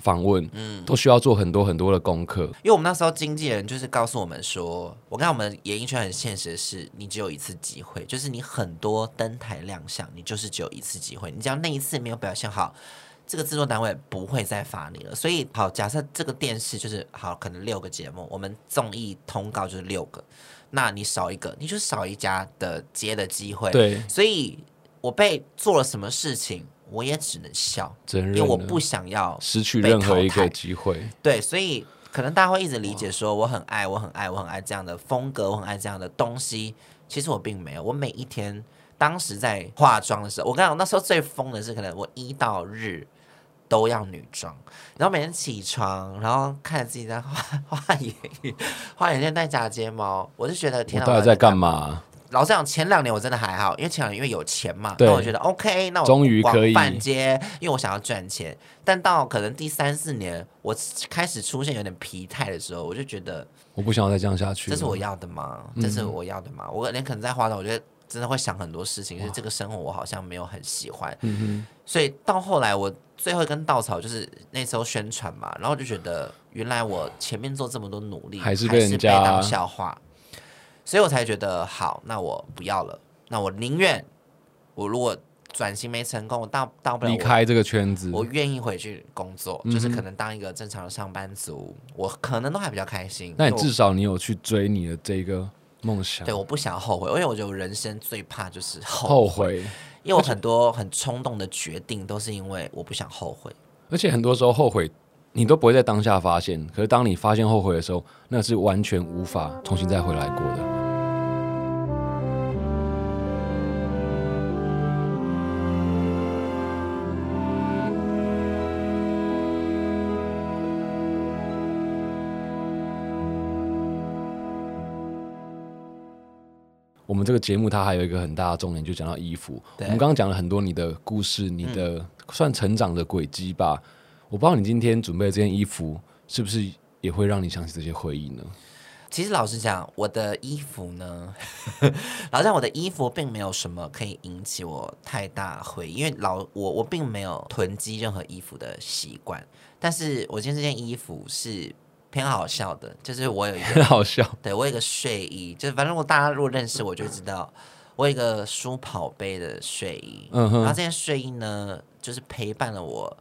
访问，都需要做很多很多的功课。 因为我们那时候经纪人就是告诉我们说，我看我们演艺圈很现实的是，你只有一次机会，就是你很多登台亮相，你就是只有一次机会，你只要那一次没有表现好，这个制作单位不会再罚你了。所以好，假设这个电视就是好，可能6个节目，我们综艺通告就是6个，那你少一个，你就少一家的接的机会。 对， 所以我被做了什么事情，我也只能笑，因为我不想要失去任何一个机会。 对，所以可能大家会一直理解说我很爱这样的风格，我很爱这样的东西。其实我并没有，我每一天当时在化妆的时候，我跟你讲，那时候最疯的是，可能我1到日都要女装，然后每天起床，然后看着自己在画眼影、画眼线、戴假睫毛，我就觉得天哪， 我到底在干嘛？ 老实讲，前2年我真的还好，因为前2年因为有钱嘛， 那我觉得 OK， 那我终于可以半接，因为我想要赚钱。但到可能第3、4年，我开始出现有点疲态的时候，我就觉得我不想要再这样下去了。 这是我要的吗？这是我要的吗？我连可能在化妆，我觉得真的会想很多事情，就是这个生活我好像没有很喜欢。所以到后来，我最后一根稻草就是那时候宣传嘛，然后我就觉得原来我前面做这么多努力， 还是被人家当笑话。所以我才觉得好，那我不要了。那我宁愿我如果转型没成功，我大不了离开这个圈子， 我愿意回去工作，就是可能当一个正常的上班族，我可能都还比较开心。 那你至少你有去追你的这个梦想。 对，我不想后悔，因为我觉得我人生最怕就是后悔， 因为我很多很冲动的决定都是因为我不想后悔， 而且很多时候后悔你都不会在当下发现，可是当你发现后悔的时候，那是完全无法重新再回来过的。我们这个节目它还有一个很大的重点，就讲到衣服。我们刚刚讲了很多你的故事，你的算成长的轨迹吧。我不知道你今天准备的这件衣服是不是也会让你想起这些回忆呢？ 其实老实讲，我的衣服呢，老实讲，我的衣服并没有什么可以引起我太大回忆，因为我并没有囤积任何衣服的习惯。但是我今天这件衣服是偏好笑的，就是我有一个很好笑， 对我有一个睡衣，就是反正大家如果认识我就知道，我有一个舒跑杯的睡衣，然后这件睡衣呢，就是陪伴了我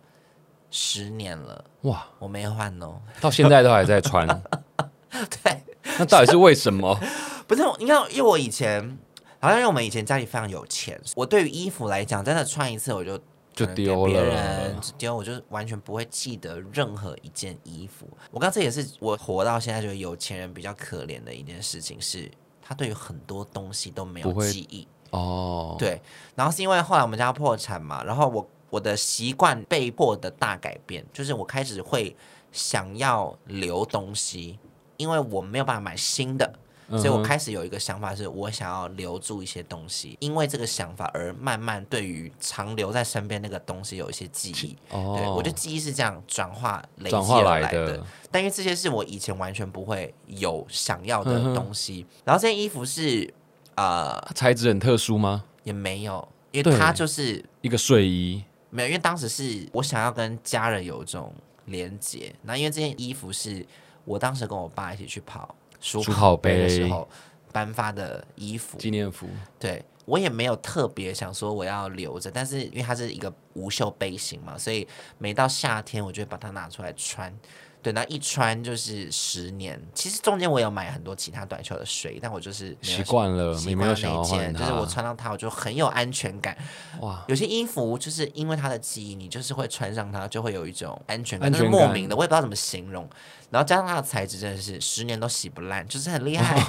10年了，哇，我没换哦， 到现在都还在穿， 对， 那到底是为什么？ 不是，你看，因为我以前好像因为我们以前家里非常有钱，我对于衣服来讲，真的穿一次我就丢了， 别人丢，我就完全不会记得任何一件衣服。我刚这也是我活到现在觉得有钱人比较可怜的一件事情，是他对于很多东西都没有记忆哦。对，然后是因为后来我们家破产嘛，然后我的习惯被迫的大改变，就是我开始会想要留东西，因为我没有办法买新的。所以我开始有一个想法，是我想要留住一些东西，因为这个想法而慢慢对于常留在身边那个东西有一些记忆。对，我觉得记忆是这样转化累积而来的。但因为这些是我以前完全不会有想要的东西。然后这件衣服是材质很特殊吗？ 也没有，因为它就是一个睡衣。 没有，因为当时是我想要跟家人有一种连结。那因为这件衣服是我当时跟我爸一起去跑舒跑杯的时候颁发的衣服， 纪念服。 对，我也没有特别想说我要留着，但是因为它是一个无袖背心嘛，所以每到夏天我就会把它拿出来穿。对，那一穿就是10年。其实中间我有买很多其他短袖的睡，但我就是习惯了，你没有想要换它， 就是我穿到它，我就很有安全感。哇，有些衣服就是因为它的记忆，你就是会穿上它，就会有一种安全感，就是莫名的，我也不知道怎么形容。然后加上它的材质真的是10年都洗不烂，就是很厉害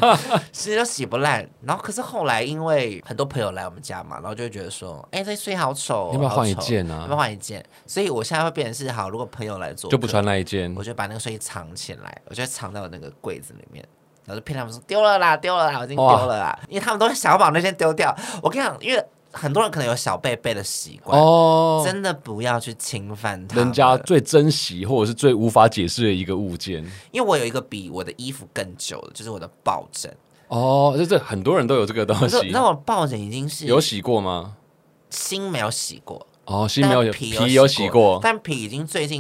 ，10年都洗不烂。然后可是后来因为很多朋友来我们家嘛，然后就会觉得说，哎，这睡好丑， 要不要换一件啊？ 要不要换一件？所以我现在会变成是好，如果朋友来做， 就不穿那一件， 我就把那个睡衣藏起来，我就藏在我那个柜子里面。然后就骗他们说丢了啦，丢了啦，我已经丢了啦，因为他们都会想要把那件丢掉。我跟你讲，因为很多人可能有小贝贝的习惯，真的不要去侵犯他们人家最珍惜或者是最无法解释的一个物件。 因为我有一个比我的衣服更久的，就是我的抱枕。 这很多人都有这个东西。 那我抱枕已经是有洗过吗？ 心没有洗过， 心没有，皮有洗过， 但皮已经最近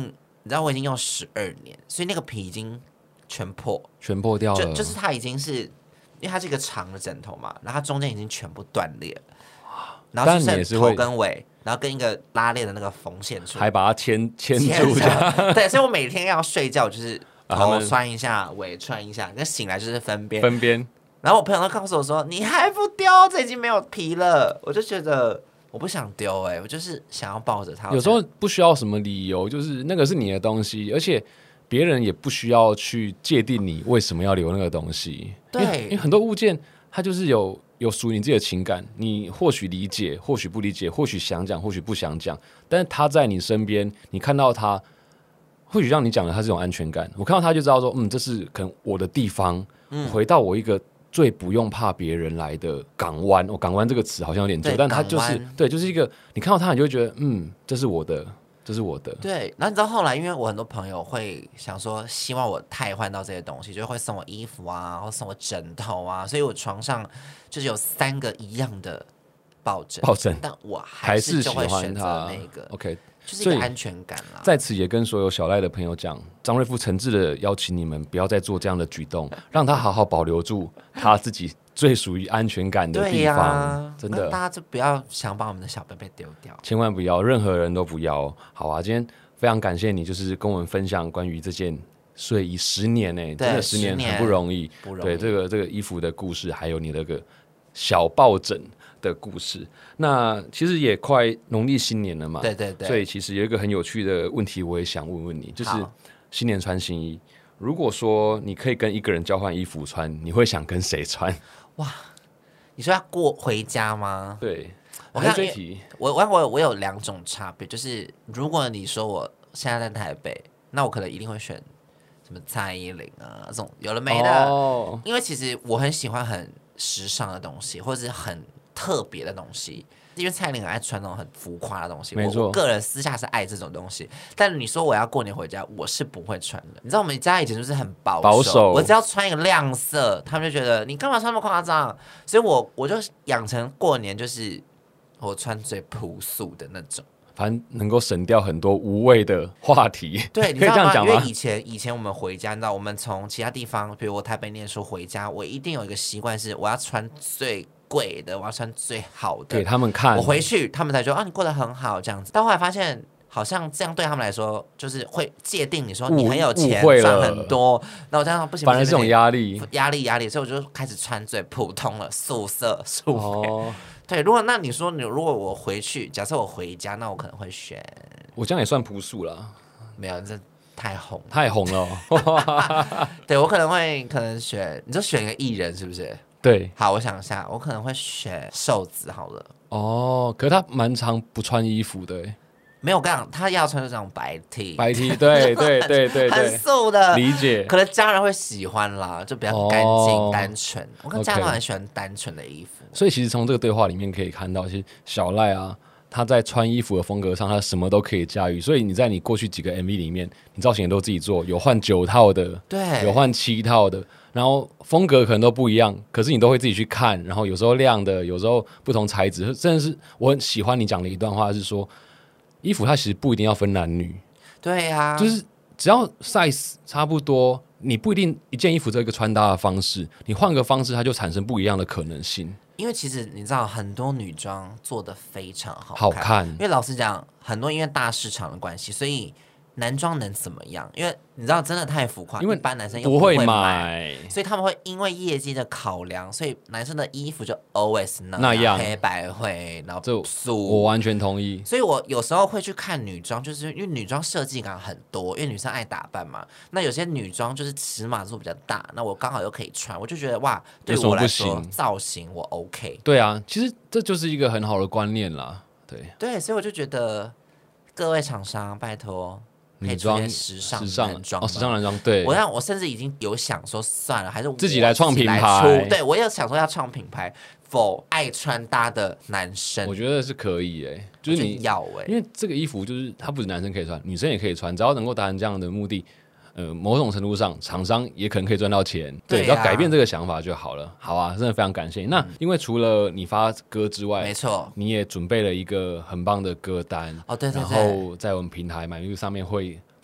你知道我已经用12年，所以那个皮已经全破掉了， 就是它已经是因为它是一个长的枕头嘛，然后它中间已经全部断裂了，然后就剩头跟尾，然后跟一个拉链的那个缝线处， 还把它牵住的。 对，所以我每天要睡觉就是头穿一下，尾穿一下，跟醒来就是分边。然后我朋友都告诉我说：“你还不丢，这已经没有皮了。”我就觉得我不想丢，我就是想要抱着它。 有时候不需要什么理由，就是那个是你的东西，而且别人也不需要去界定你为什么要留那个东西。 对， 因为很多物件它就是有属于你自己的情感，你或许理解，或许不理解，或许想讲，或许不想讲，但是它在你身边，你看到它，或许让你讲的它是一种安全感。我看到它就知道说，这是可能我的地方，回到我一个最不用怕别人来的港湾。港湾这个词好像有点旧，但它就是对，就是一个你看到它，你就会觉得，这是我的。这是我的。 对，然后你知道后来，因为我很多朋友会想说，希望我汰换到这些东西，就会送我衣服啊，或送我枕头啊，所以我床上就是有3个一样的抱枕，但我还是就会选择那个。 OK， 就是一个安全感啦。 在此也跟所有小赖的朋友讲，张瑞夫诚挚的邀请你们不要再做这样的举动，让他好好保留住他自己最属于安全感的地方。真的， 大家就不要想把我们的小贝贝丢掉， 千万不要，任何人都不要。好啊，今天非常感谢你，就是跟我们分享关于这件睡衣10年真的10年很不容易。对，这个衣服的故事，还有你那个小抱枕的故事。那其实也快农历新年了嘛， 对对对， 所以其实有一个很有趣的问题，我也想问问你，就是新年穿新衣，如果说你可以跟一个人交换衣服穿，你会想跟谁穿？哇， 你说要回家吗？ 对， 我看这题，我有2种差别，就是如果你说我现在在台北，那我可能一定会选什么蔡依林啊这种有了没的，因为其实我很喜欢很时尚的东西，或者是很特别的东西。因为蔡依林很爱穿那种很浮夸的东西，我个人私下是爱这种东西。但你说我要过年回家，我是不会穿的。你知道我们家以前就是很保守，我只要穿一个亮色，他们就觉得你干嘛穿那么夸张？所以我就养成过年就是我穿最朴素的那种。 反正能够省掉很多无谓的话题， 对，你知道吗？因为以前我们回家，你知道，我们从其他地方，比如我台北念书回家，我一定有一个习惯是，我要穿最贵的，我要穿最好的给他们看。 我回去，他们才说啊，你过得很好这样子。但后来发现，好像这样对他们来说，就是会界定你说你很有钱，赚很多。那我这样不行， 反而是种压力， 所以我就开始穿最普通的素色素配。对，如果我回去，假设我回家，那我可能会选。 我这样也算朴素了， 没有，这太红了。 对，我可能选，你就选一个艺人是不是？ 对， 好，我想一下，我可能会选瘦子好了。 可是他蛮常不穿衣服的。 没有，我跟你讲，他要穿就这种白 T， 对， 很素的， 理解。 可能家人会喜欢啦，就比较干净、单纯。我跟家人很喜欢单纯的衣服， 所以其实从这个对话里面可以看到，其实小赖啊，他在穿衣服的风格上，他什么都可以驾驭。所以你在你过去几个 MV 里面，你造型也都自己做，有换9套的， 对， 有换7套的，然后风格可能都不一样，可是你都会自己去看，然后有时候亮的，有时候不同材质。真的是我很喜欢你讲的一段话，是说。衣服它其实不一定要分男女， 对呀， 就是只要 size 差不多，你不一定一件衣服这个穿搭的方式，你换个方式，它就产生不一样的可能性。 因为其实你知道，很多女装做得非常好看，因为老实讲，很多因为大市场的关系，所以男装能怎么样？因为你知道，真的太浮夸，因为一般男生又不会买，所以他们会因为业绩的考量，所以男生的衣服就 always 那样黑白灰，然后素。 我完全同意。 所以我有时候会去看女装，就是因为女装设计感很多，因为女生爱打扮嘛。那有些女装就是尺码数比较大，那我刚好又可以穿，我就觉得哇，对我来说造型我 OK。 对啊，其实这就是一个很好的观念啦。 对，所以我就觉得各位厂商拜托。 女装、 时尚男装， 时尚男装，对， 我甚至已经有想说算了，还是自己来创品牌。 对，我也想说要创品牌 ，for 爱穿搭的男生， 我觉得是可以就是你要因为这个衣服就是它不是男生可以穿，女生也可以穿，只要能够达成这样的目的。某种程度上，厂商也可能可以赚到钱，对，只要改变这个想法就好了。好啊，真的非常感谢。那因为除了你发歌之外， 没错， 你也准备了一个很棒的歌单对， 然后在我们平台MyMusic上面会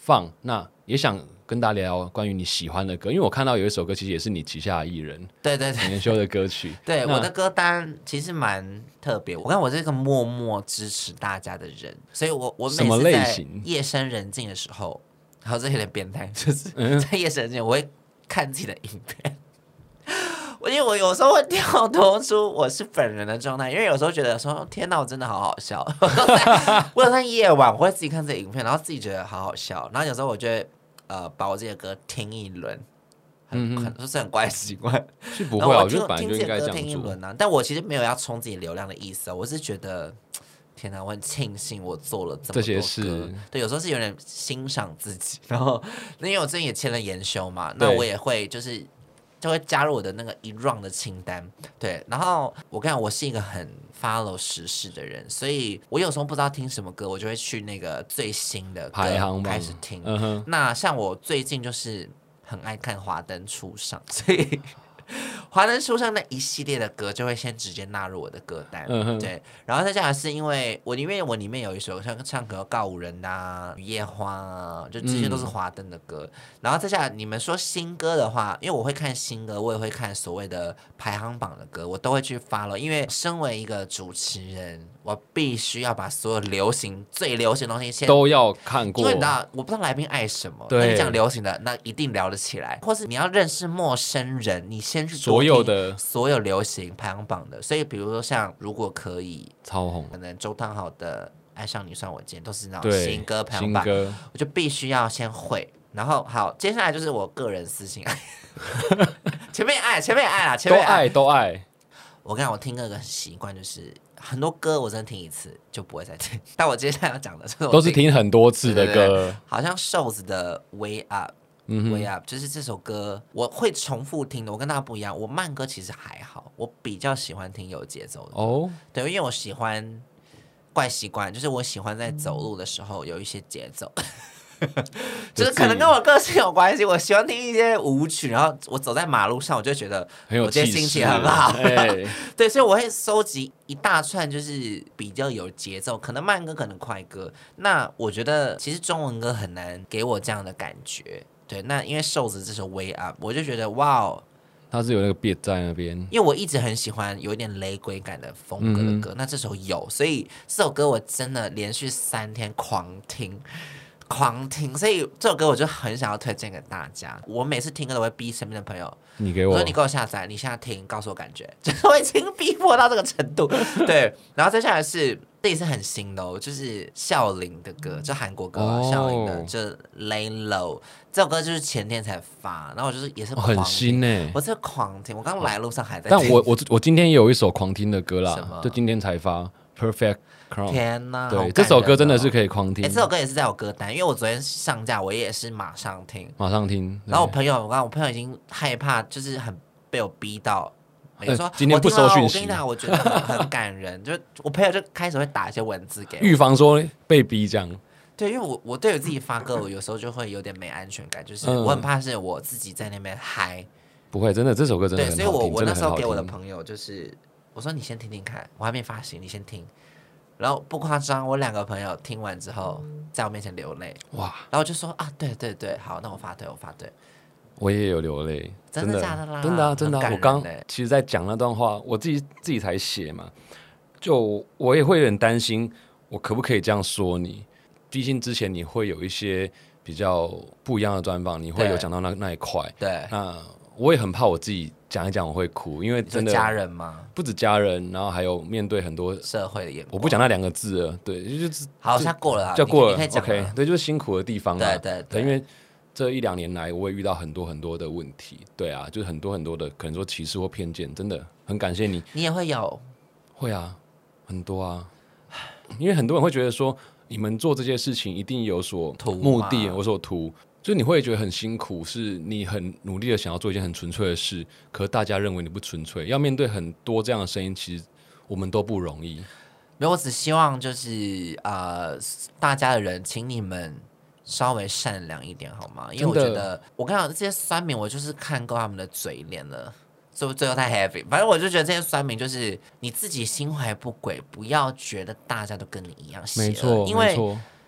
放，那也想跟大家聊聊关于你喜欢的歌，因为我看到有一首歌其实也是你旗下的艺人对陈年修的歌曲。 对，我的歌单其实蛮特别。我看我这个默默支持大家的人，所以我什么每次在类型夜深人静的时候，然后这有点变态，就是在夜深人静，我会看自己的影片。因为我有时候会跳脱出我是本人的状态，因为有时候觉得说天哪，我真的好好笑。我有在夜晚，我会自己看这影片，然后自己觉得好好笑。然后有时候我就会把我自己的歌听一轮，很怪习惯。 是不会啊，我觉得本来就应该这听一样做。 轮啊，但我其实没有要冲自己流量的意思，我是觉得。天哪，我很庆幸我做了这么多歌， 这些事对，有时候是有点欣赏自己。然后，因为我最近也签了研修嘛，那我也会就会加入我的那个一 round 的清单，对。然后我跟你讲，我是一个很 follow 时事的人，所以我有时候不知道听什么歌，我就会去那个最新的排行榜开始听。那像我最近就是很爱看《华灯初上》，所以。华灯初上那一系列的歌就会先直接纳入我的歌单，对，然后再加上是因为我里面有一首像唱歌告五人啊、雨夜花啊，就这些都是华灯的歌，然后再加上你们说新歌的话，因为我会看新歌，我也会看所谓的排行榜的歌，我都会去 follow， 因为身为一个主持人，我必须要把所有最流行的东西先都要看过， 因为你知道，我不知道来宾爱什么，那你讲流行的，那一定聊得起来，或是你要认识陌生人，你先去所有流行排行榜的，所以比如说像如果可以超红， 可能周汤豪的《爱上你算我贱》都是那种新歌排行榜，我就必须要先会。然后好，接下来就是我个人私心爱，前面也爱啦， 都爱。 我跟你讲，我听歌的习惯就是很多歌我真的听一次就不会再听，但我接下来要讲的都是听很多次的歌， 对，好像瘦子的 Way Up。Way Up 就是这首歌，我会重复听的。我跟大家不一样，我慢歌其实还好，我比较喜欢听有节奏的哦。对，因为我喜欢怪习惯，就是我喜欢在走路的时候有一些节奏，就是可能跟我个性有关系。我喜欢听一些舞曲，然后我走在马路上，我就觉得我今天心情很好。对，所以我会收集一大串，就是比较有节奏，可能慢歌，可能快歌。那我觉得其实中文歌很难给我这样的感觉。对，那因为瘦子这首 Way Up， 我就觉得哇哦， 他是有那个 beat 在那边。 因为我一直很喜欢有一点雷鬼感的风格的歌，那这首有，所以这首歌我真的连续3天狂听，所以这首歌我就很想要推荐给大家。我每次听歌都会逼身边的朋友， 你给我， 我说你给我下载，你现在听，告诉我感觉，就是我已经逼迫到这个程度。对，然后接下来是。这也是很新的就是孝琳的歌，就韩国歌孝琳的，就 Lay Low 这首歌就是前天才发，然后我就是也是狂听， 很新欸， 我是狂听，我刚来路上还在听。 但我今天也有一首狂听的歌啦，就今天才发 Perfect Crown。 天哪， 对，这首歌真的是可以狂听。 这首歌也是在我歌单，因为我昨天上架，我也是马上听。然后我朋友已经害怕，就是很被我逼到。说今天不收讯息， 我跟你讲，我觉得很感人，就我朋友就开始会打一些文字给我， 预防说被逼这样。 对，因为我对我自己发歌，我有时候就会有点没安全感，就是我很怕是我自己在那边嗨。 不会，真的这首歌真的很好听。 对，所以我那时候给我的朋友就是我说你先听听看，我还没发行，你先听。然后不夸张，我2个朋友听完之后在我面前流泪，哇！然后我就说啊，对，好，那我发对。 我也有流泪， 真的假的啦？ 真的，我刚其实，在讲那段话，我自己才写嘛，就我也会有点担心，我可不可以这样说你？毕竟之前你会有一些比较不一样的专访，你会有讲到那一块， 对， 那我也很怕我自己讲一讲我会哭，因为真的家人吗？ 不止家人，然后还有面对很多社会的眼光。 我不讲那2个字了，对，就是好像过了， 就过了， 你可以讲 OK， 对，就是辛苦的地方啦， 对， 因为。这1-2年来，我也遇到很多的问题，对啊，就是很多的可能说歧视或偏见，真的很感谢你。 你也会有？ 会啊，很多啊，因为很多人会觉得说，你们做这些事情一定有所目的，有所图，就是你会觉得很辛苦，是你很努力的想要做一件很纯粹的事，可是大家认为你不纯粹，要面对很多这样的声音，其实我们都不容易。 没有，我只希望就是大家的人，请你们。稍微善良一点好吗？因为我觉得，我跟你讲，这些酸民我就是看够他们的嘴脸了，所以最后太 heavy。反正我就觉得这些酸民就是你自己心怀不轨，不要觉得大家都跟你一样邪恶。 没错， 因为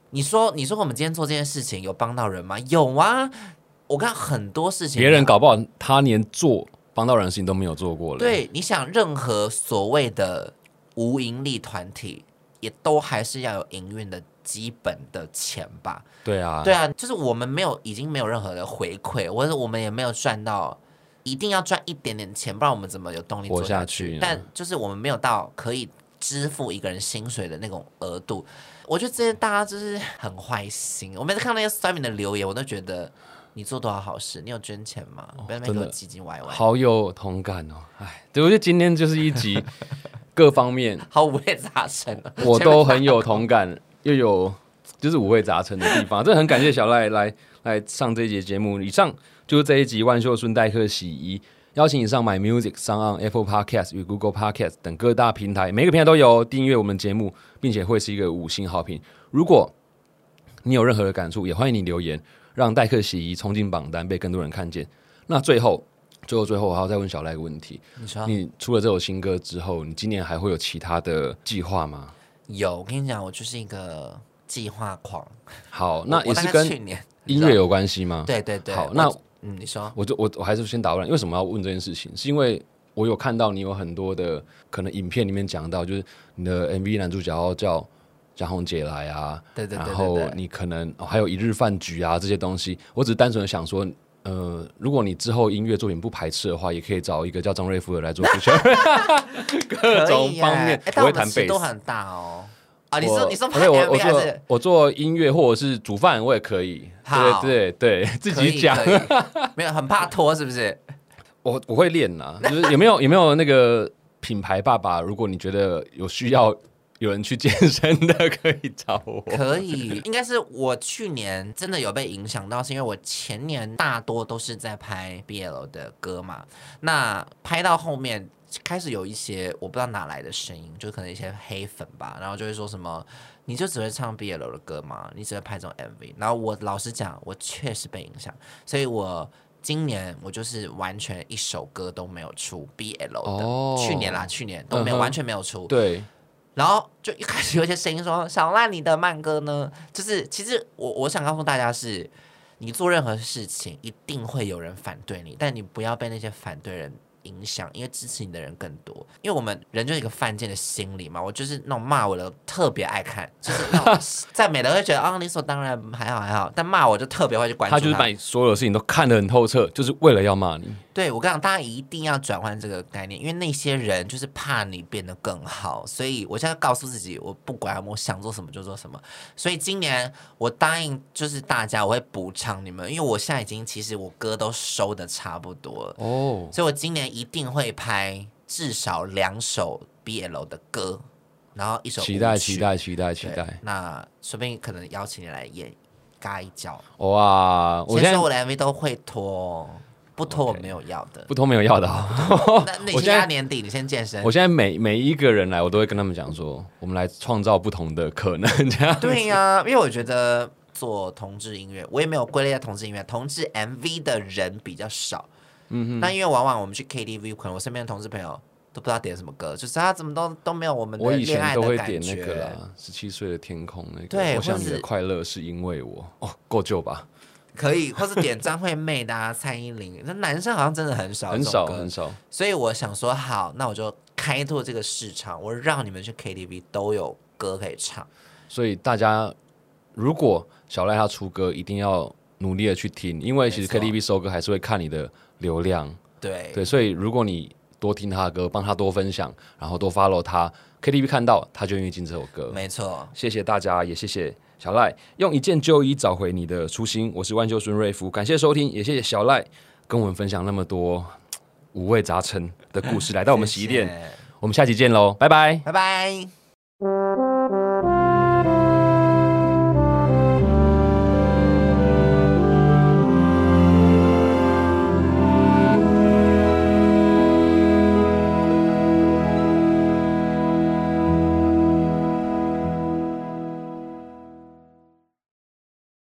你说我们今天做这件事情有帮到人吗？有啊，我看很多事情， 别人搞不好他连做帮到人的事情都没有做过了。 对，你想任何所谓的无盈利团体，也都还是要有营运的基本的钱吧？ 对啊， 对啊，就是我们已经没有任何的回馈，或者我们也没有赚到，一定要赚一点点钱，不然我们怎么有动力做下去？但就是我们没有到可以支付一个人薪水的那种额度。我觉得这些大家就是很坏心。我每次看那些酸民的留言，我都觉得你做多少好事，你有捐钱吗？不要那边给我唧唧歪歪， 好有同感哦！哎，对，我觉得今天就是一集各方面好五味杂陈， 我都很有同感，又有就是五味杂陈的地方。真的很感谢小赖来上这一节节目。以上就是这一集万秀孙代客洗衣。邀请你上 My Music、SoundOn、Apple Podcast 与 Google Podcast 等各大平台，每个平台都有订阅我们节目，并且会是一个5星好评。如果你有任何的感触，也欢迎你留言，让代客洗衣冲进榜单，被更多人看见。那最后，我还要再问小赖一个问题：你出了这首新歌之后，你今年还会有其他的计划吗？ 有，我跟你讲，我就是一个计划狂。 好，那也是跟音乐有关系吗？ 对对对。 好，那你说， 我还是先打断，为什么要问这件事情？是因为我有看到你有很多的可能影片里面讲到，就是你的 MV 男主角叫江宏杰来啊， 对，然后你可能还有一日饭局啊这些东西，我只是单纯的想说，如果你之后音乐作品不排斥的话，也可以找一个叫张瑞福的来做各种方面， 我会弹贝斯，都很大哦。啊，你说拍 MV 还是我做音乐或者是煮饭我也可以，对，自己讲， 没有很怕拖是不是？ 我会练呐，就是有没有那个品牌爸爸？如果你觉得有需要有人去健身的，可以找我。 可以，应该是我去年真的有被影响到，是因为我前年大多都是在拍 BL 的歌嘛，那拍到后面。开始有一些我不知道哪来的声音，就可能一些黑粉吧，然后就会说什么，你就只会唱 BL 的歌吗？你只会拍这种 MV？ 然后我老实讲，我确实被影响，所以我今年我就是完全一首歌都没有出 BL 的。去年都没有，完全没有出。 对。 然后就一开始有一些声音说：“小赖，你的慢歌呢？”就是其实我想告诉大家是，你做任何事情一定会有人反对你，但你不要被那些反对人影响，因为支持你的人更多。因为我们人就是一个犯贱的心理嘛，我就是那种骂我的特别爱看，就是那种赞美的会觉得理所当然还好，但骂我就特别会去关注他。 他就是把你所有的事情都看得很透彻，就是为了要骂你。 对，我跟你讲，大家一定要转换这个概念，因为那些人就是怕你变得更好，所以我现在告诉自己，我不管我想做什么就做什么。所以今年我答应就是大家，我会补偿你们，因为我现在其实我歌都收的差不多了哦，所以我今年一定会拍至少2首 BL 的歌，然后1首舞曲。期待。那说不定可能邀请你来演嘎一脚。 哇！我先说我的 MV 都会拖。不拖我没有要的， 不拖没有要的。 那你现在年底，你先健身。 我现在每一个人来，我都会跟他们讲说，我们来创造不同的可能。这样对呀，因为我觉得做同志音乐，我也没有归类在同志音乐，同志 MV 的人比较少。那因为往往我们去 KTV， 可能我身边的同志朋友都不知道点什么歌，就是他怎么都没有我们的恋爱的感觉。 我以前都会点那个啦，17岁的天空那个。 对， 我想你的快乐是因为我。够旧吧？ 可以，或是点张惠妹的蔡依林，那男生好像真的很少， 很少。 所以我想说，好，那我就开拓这个市场，我让你们去 KTV 都有歌可以唱。 所以大家如果小赖他出歌，一定要努力的去听，因为其实 KTV 收歌还是会看你的流量。 对， 所以如果你多听他的歌，帮他多分享，然后多 follow 他 ，KTV 看到他就愿意进这首歌。 没错， 谢谢大家，也谢谢小赖用一件旧衣找回你的初心。我是万秀孙瑞福，感谢收听，也谢谢小赖跟我们分享那么多五味杂陈的故事，来到我们洗衣店。我们下期见喽，拜拜， 拜拜。